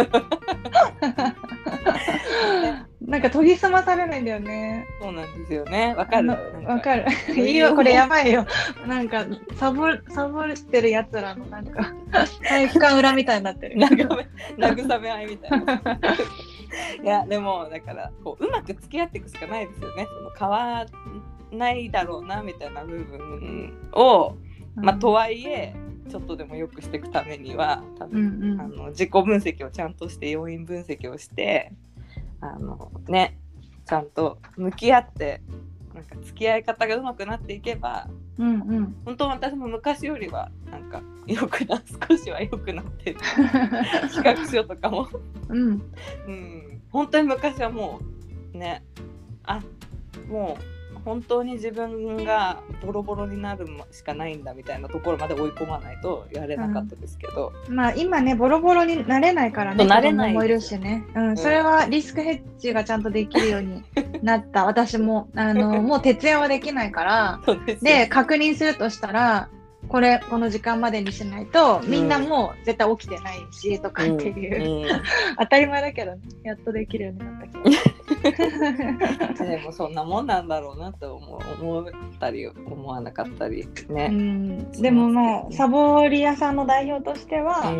なんか研ぎ澄まされないんだよね。 そうなんですよね。わかるわかるいいよこれやばいよなんかサボサボってるやつらのなんか体育館裏みたいになってる慰め合いみたいないやでもだからこううまく付き合っていくしかないですよね。その変わらないだろうなみたいな部分を、うん、まあとはいえちょっとでも良くしていくためには多分、うんうん、あの自己分析をちゃんとして要因分析をしてあのねちゃんと向き合ってなんか付き合い方が上手くなっていけば、うんうん、本当私も昔よりはなんか良くな少しは良くなってる企画書とかも、うんうん、本当に昔はもうねあもう本当に自分がボロボロになるしかないんだみたいなところまで追い込まないとやれなかったですけど、 うん、まあ今ねボロボロになれないからねなれない子供もいるしね、うん、それはリスクヘッジがちゃんとできるようになった私もあのもう徹夜はできないからで, で確認するとしたらこれこの時間までにしないとみんなもう絶対起きてないしとかっていう、うんうん、当たり前だけどねやっとできるようになったけどでもそんなもんなんだろうなと思う思ったり思わなかったりね、 うん、でもまあサボり屋さんの代表としては、うん、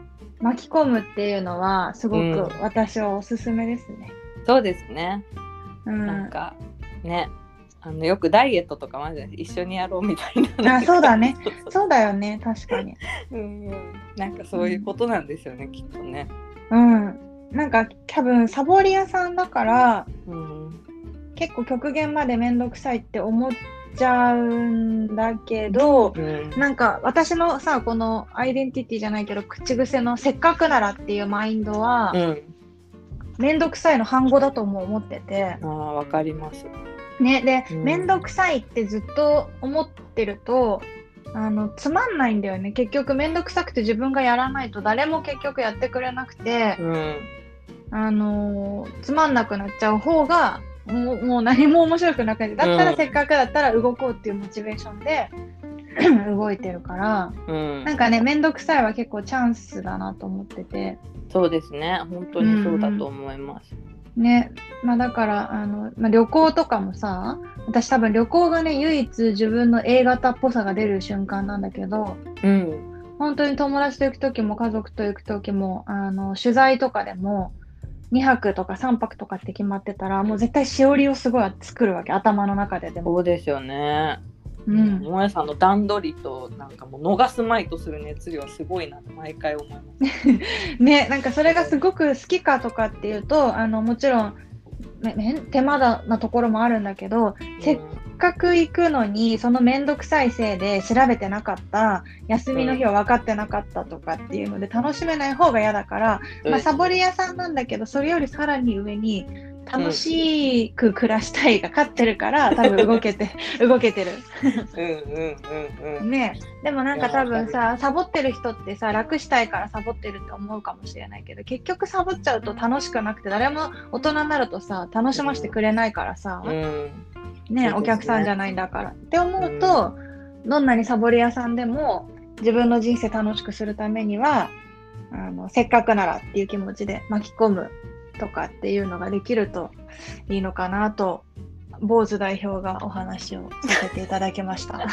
巻き込むっていうのはすごく私はおすすめですね、 うん、そうですね、うん、なんかねあのよくダイエットとかまで一緒にやろうみたいなあそうだねそうだよね確かにうん、うん、なんかそういうことなんですよね、うん、きっとねうんなんか多分サボり屋さんだから、うん、結構極限までめんどくさいって思っちゃうんだけど、うん、なんか私のさこのアイデンティティじゃないけど口癖のせっかくならっていうマインドは、うん、めんどくさいの反語だとも思っててあわかりますね、で、うん、めんどくさいってずっと思ってるとあのつまんないんだよね。結局めんどくさくて自分がやらないと誰も結局やってくれなくて、うん、あのつまんなくなっちゃう方がもう、もう何も面白くなくてだったらせっかくだったら動こうっていうモチベーションで動いてるから、うん、なんかねめんどくさいは結構チャンスだなと思っててそうですね本当にそうだと思います、うんね、まあだからあの、まあ、旅行とかもさ私多分旅行がね唯一自分の A 型っぽさが出る瞬間なんだけど、うん、本当に友達と行く時も家族と行く時もあの取材とかでもにはくとかさんぱくとかって決まってたらもう絶対しおりをすごい作るわけ頭の中ででもそうですよねうん、 もやさんの段取りとなんかもう逃すまいとする熱量はすごいなって毎回思いますね。なんかそれがすごく好きかとかっていうと、あのもちろん手間だなところもあるんだけど、うん、せっかく行くのにそのめんどくさいせいで調べてなかった、休みの日は分かってなかったとかっていうので楽しめない方が嫌だから、うん、まあ、サボり屋さんなんだけどそれよりさらに上に楽しく暮らしたいが勝ってるから多分動けて動けてるうんうんうんうんね。でもなんか多分さ、サボってる人ってさ、楽したいからサボってるって思うかもしれないけど、結局サボっちゃうと楽しくなくて、誰も大人になるとさ楽しませてくれないからさ、うん、ね、お客さんじゃないんだからって思うと、うん、どんなにサボり屋さんでも自分の人生楽しくするためにはあのせっかくならっていう気持ちで巻き込むとかっていうのができるといいのかなと、坊主代表がお話をさせていただきました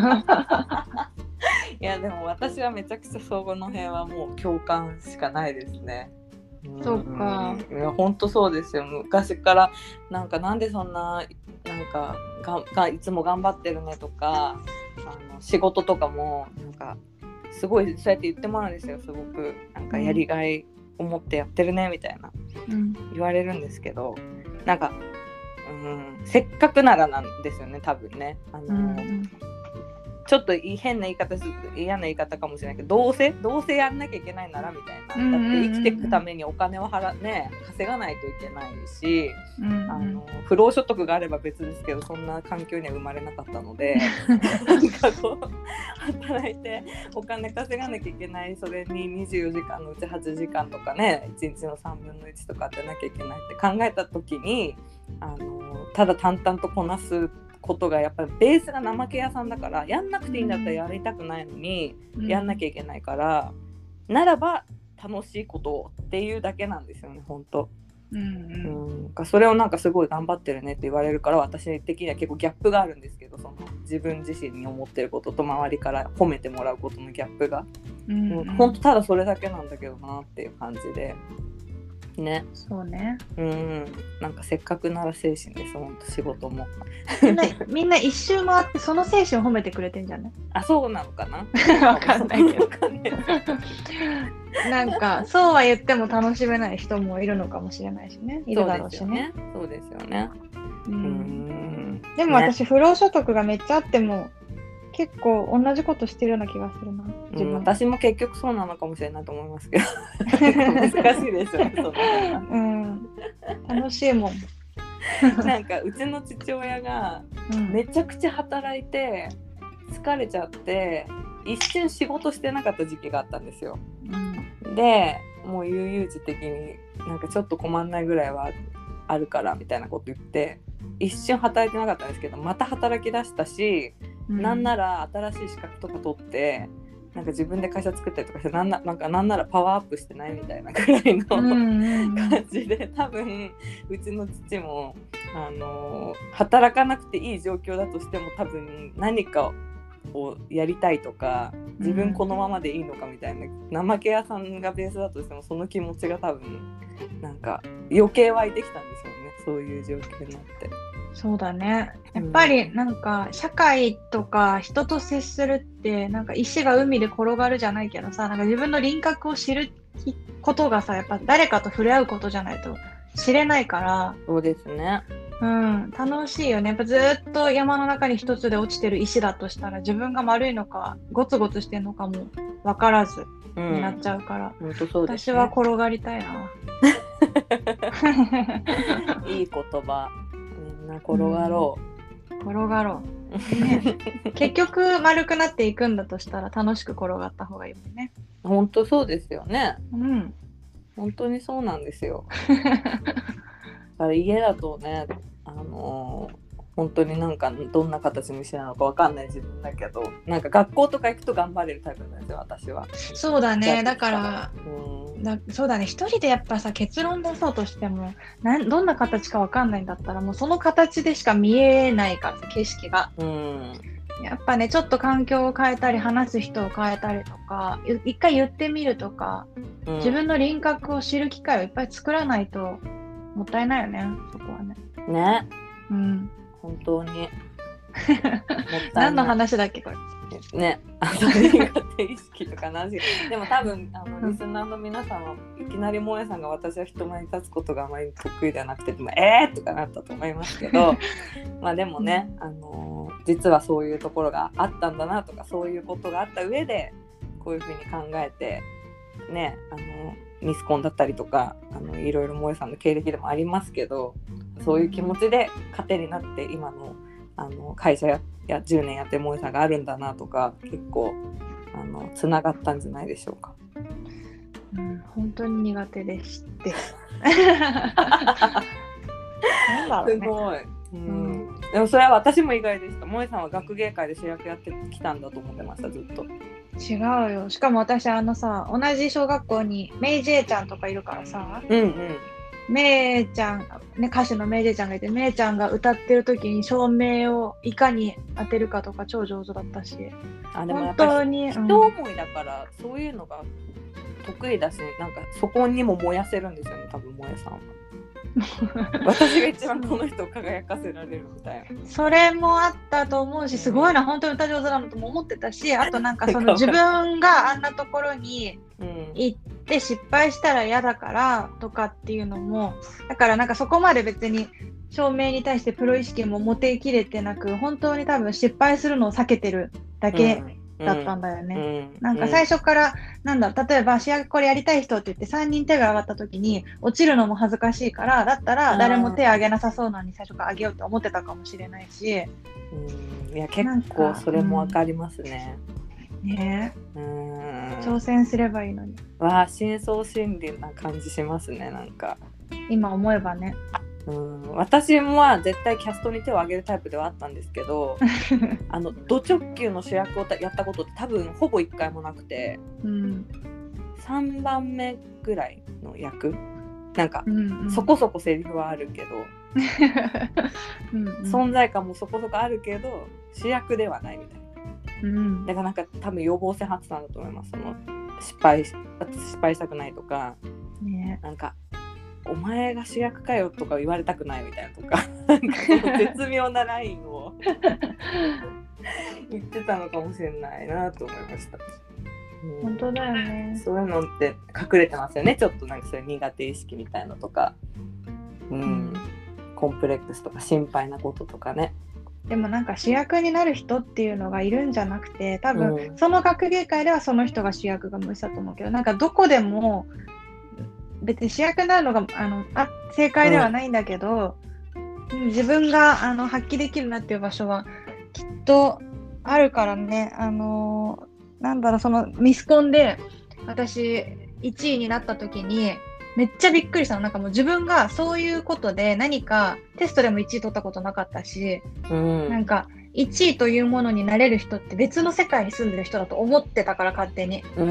いやでも私はめちゃくちゃそこの辺はもう共感しかないですね。 そうか。 いや本当そうですよ。昔からなんかなんでそんななんかががいつも頑張ってるねとか、あの仕事とかもなんかすごいそうやって言ってもらうんですよ。すごくなんかやりがいを持ってやってるねみたいな、うん、言われるんですけど、なんか、うん、せっかくならなんですよね多分ね。あの、うん、ちょっと変な言い方する嫌な言い方かもしれないけど、どうせどうせやんなきゃいけないならみたいな、だって生きていくためにお金を払ね稼がないといけないし、うんうん、あの不労所得があれば別ですけどそんな環境には生まれなかったのでなんかこう働いてお金稼がなきゃいけない、それににじゅうよじかんのうちはちじかんとかねいちにちのさんぶんのいちとか当てなきゃいけないって考えた時に、あのただ淡々とこなすことがやっぱりベースが怠け屋さんだから、やんなくていいんだったらやりたくないのに、うん、やんなきゃいけないから、ならば楽しいことっていうだけなんですよね本当、うんうんうん、それをなんかすごい頑張ってるねって言われるから、私的には結構ギャップがあるんですけど、その自分自身に思ってることと周りから褒めてもらうことのギャップが、うんうん、本当ただそれだけなんだけどなっていう感じでね。 そうね。 うん、なんかせっかくなら精神です本当仕事もみんなみんな一周回ってその精神を褒めてくれてんじゃない？ あ、そうなのかなわかんないけどなんかそうは言っても楽しめない人もいるのかもしれないしね、いるだろうしね。 そうですよね。うん、うんでも私、ね、不労所得がめっちゃあっても結構同じことしてるような気がするな、 うん、私も結局そうなのかもしれないと思いますけど難しいですよねその、 うん、楽しいもんなんかうちの父親がめちゃくちゃ働いて疲れちゃって一瞬仕事してなかった時期があったんですよ、うん、でもう悠々自適になんかちょっと困んないぐらいはあるからみたいなこと言って一瞬働いてなかったんですけど、また働き出したし、うん、なんなら新しい資格とか取ってなんか自分で会社作ったりとかして、なんな、なんかなんならパワーアップしてないみたいなくらいの、うん、感じで、多分うちの父もあの働かなくていい状況だとしても多分何かをやりたいとか、自分このままでいいのかみたいな、怠け屋さんがベースだとしてもその気持ちが多分なんか余計湧いてきたんですよね、そういう状況になって。 そうだね。やっぱりなんか社会とか人と接するってなんか石が海で転がるじゃないけどさ、なんか自分の輪郭を知ることがさ、やっぱ誰かと触れ合うことじゃないと知れないから。 そうですね。 うん、楽しいよね。やっぱずっと山の中に一つで落ちてる石だとしたら、自分が丸いのかゴツゴツしてるのかも分からずになっちゃうから、うん、そうですね、私は転がりたいな。 いい言葉。みんな転がろう、うん、転がろう、ね、結局丸くなっていくんだとしたら楽しく転がった方がいいもんね。 本当そうですよね。 うん、 本当にそうなんですよ。だから家だとね、あのー、本当になんかどんな形にしてなのかわかんない自分だけど、なんか学校とか行くと頑張れるタイプなんですよ私は。 そうだね。だからうんだそうだね、一人でやっぱさ結論出そうとしてもなんどんな形かわかんないんだったらもうその形でしか見えないからさ、景色が。うん、やっぱねちょっと環境を変えたり話す人を変えたりとか一回言ってみるとか、うん、自分の輪郭を知る機会をいっぱい作らないともったいないよね、そこはね。 ね、 うん、 本当に何の話だっけこれね、あの苦手意識とかなしでも多分あのリスナーの皆さんはいきなり萌さんが私は人前に立つことがあまり得意ではなくてもえーとかなったと思いますけどまあでもね、あのー、実はそういうところがあったんだなとかそういうことがあった上でこういうふうに考えてね、あのミスコンだったりとかあのいろいろ萌さんの経歴でもありますけどそういう気持ちで糧になって今のあの会社 や, やじゅうねんやってる萌さんがあるんだなとか結構あのつながったんじゃないでしょうか。 うん、本当に苦手でしてなんだろうね、 すごい、うん、でもそれは私も意外でした。萌さんは学芸会で主役やってきたんだと思ってましたずっと。 違うよ。しかも私あのさ同じ小学校にメイジェイちゃんとかいるからさ、 うんうん、 メイちゃん、ね、歌手のメイジェイちゃんがいてメイちゃんが歌ってる時に照明をいかに当てるかとか超上手だったし、 あでもやっぱり人思いだから、うん、そういうのが得意だし、なんかそこにも燃やせるんですよね多分萌さんは私が一番この人を輝かせられるみたいなそれもあったと思うし、すごいな、うん、本当に歌上手なのとも思ってたし、あとなんかその自分があんなところに行って失敗したら嫌だからとかっていうのも、だからなんかそこまで別に照明に対してプロ意識も持てきれてなく、本当に多分失敗するのを避けてるだけ、うんだったんだよね、うん、なんか最初から、うん、なんだ例えば主役これやりたい人って言ってさんにん手が上がった時に落ちるのも恥ずかしいから、だったら誰も手を挙げなさそうなのに最初から挙げようって思ってたかもしれないし、 うん、いや結構それもわかりますね、 うん、ねえ、うん、挑戦すればいいのに。 わあ深層心理な感じしますね。なんか今思えばね、 うん、私も絶対キャストに手を挙げるタイプではあったんですけどあのド直球の主役をやったことって多分ほぼいっかいもなくて、うん、さんばんめぐらいの役なんか、うんうん、そこそこセリフはあるけどうん、うん、存在感もそこそこあるけど主役ではないみたいな、うん、だからなんか多分予防線張ってたんだと思います。その失敗失敗したくないとか、ね、なんかお前が主役かよとか言われたくないみたいなとかなんか絶妙なラインを言ってたのかもしれないなと思いました、 うん、本当だよね。 そういうのって隠れてますよね。ちょっとなんかそういう苦手意識みたいなとか、うんうん、コンプレックスとか心配なこととかね。 でもなんか主役になる人っていうのがいるんじゃなくて、多分その学芸会ではその人が主役が無視だと思うけど、なんかどこでも別に主役になるのがあのあ正解ではないんだけど、うん、自分があの発揮できるなっていう場所はきっとあるからね。あのー、なんだろう、そのミスコンで私いちいになった時にめっちゃびっくりしたの。なんかもう自分がそういうことで何かテストでもいちい取ったことなかったし、うん、なんかいちいというものになれる人って別の世界に住んでる人だと思ってたから勝手に、うん、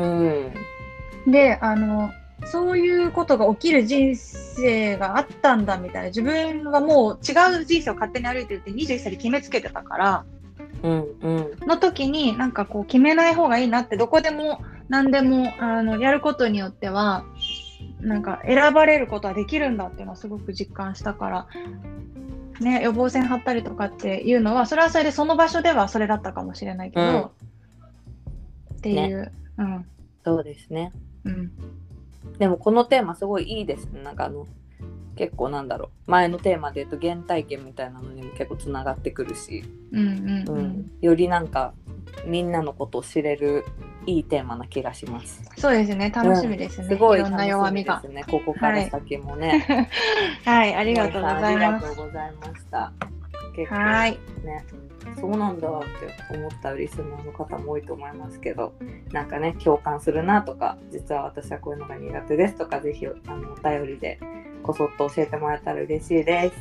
であのそういうことが起きる人生があったんだみたいな、自分はもう違う人生を勝手に歩いてるってにじゅういっさいで決めつけてたから、うんうん、の時になんかこう決めない方がいいなって、どこでも何でもあのやることによってはなんか選ばれることはできるんだっていうのはすごく実感したからね。予防線張ったりとかっていうのはそれはそれでその場所ではそれだったかもしれないけど、うん、っていう、ね、うん、 そうですね、うん、でもこのテーマすごいいいですね。なんかあの結構なんだろう、前のテーマで言うと原体験みたいなのにも結構つながってくるし、うんうんうんうん、よりなんかみんなのことを知れるいいテーマな気がします。 そうですね、楽しみですね、うん、 すごい楽しみですね。ここから先もねはい、はい、ありがとうございます。ありがとうございました。結構ね、そうなんだって思ったリスナーの方も多いと思いますけど、なんかね共感するなとか、実は私はこういうのが苦手ですとか、ぜひあのお便りでこそっと教えてもらえたら嬉しいです、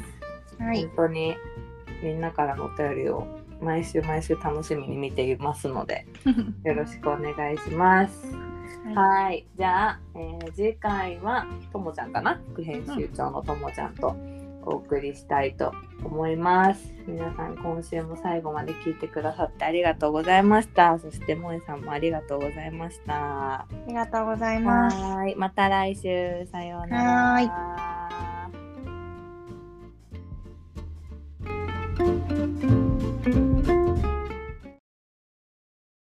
はい、本当にみんなからのお便りを毎週毎週楽しみに見ていますのでよろしくお願いしますはい、はい、じゃあ、えー、次回はともちゃんかな、副編集長のともちゃんとお送りしたいと思います。皆さん今週も最後まで聞いてくださってありがとうございました。そして萌さんもありがとうございました。 ありがとうございます。 はい、また来週、さようなら。はい。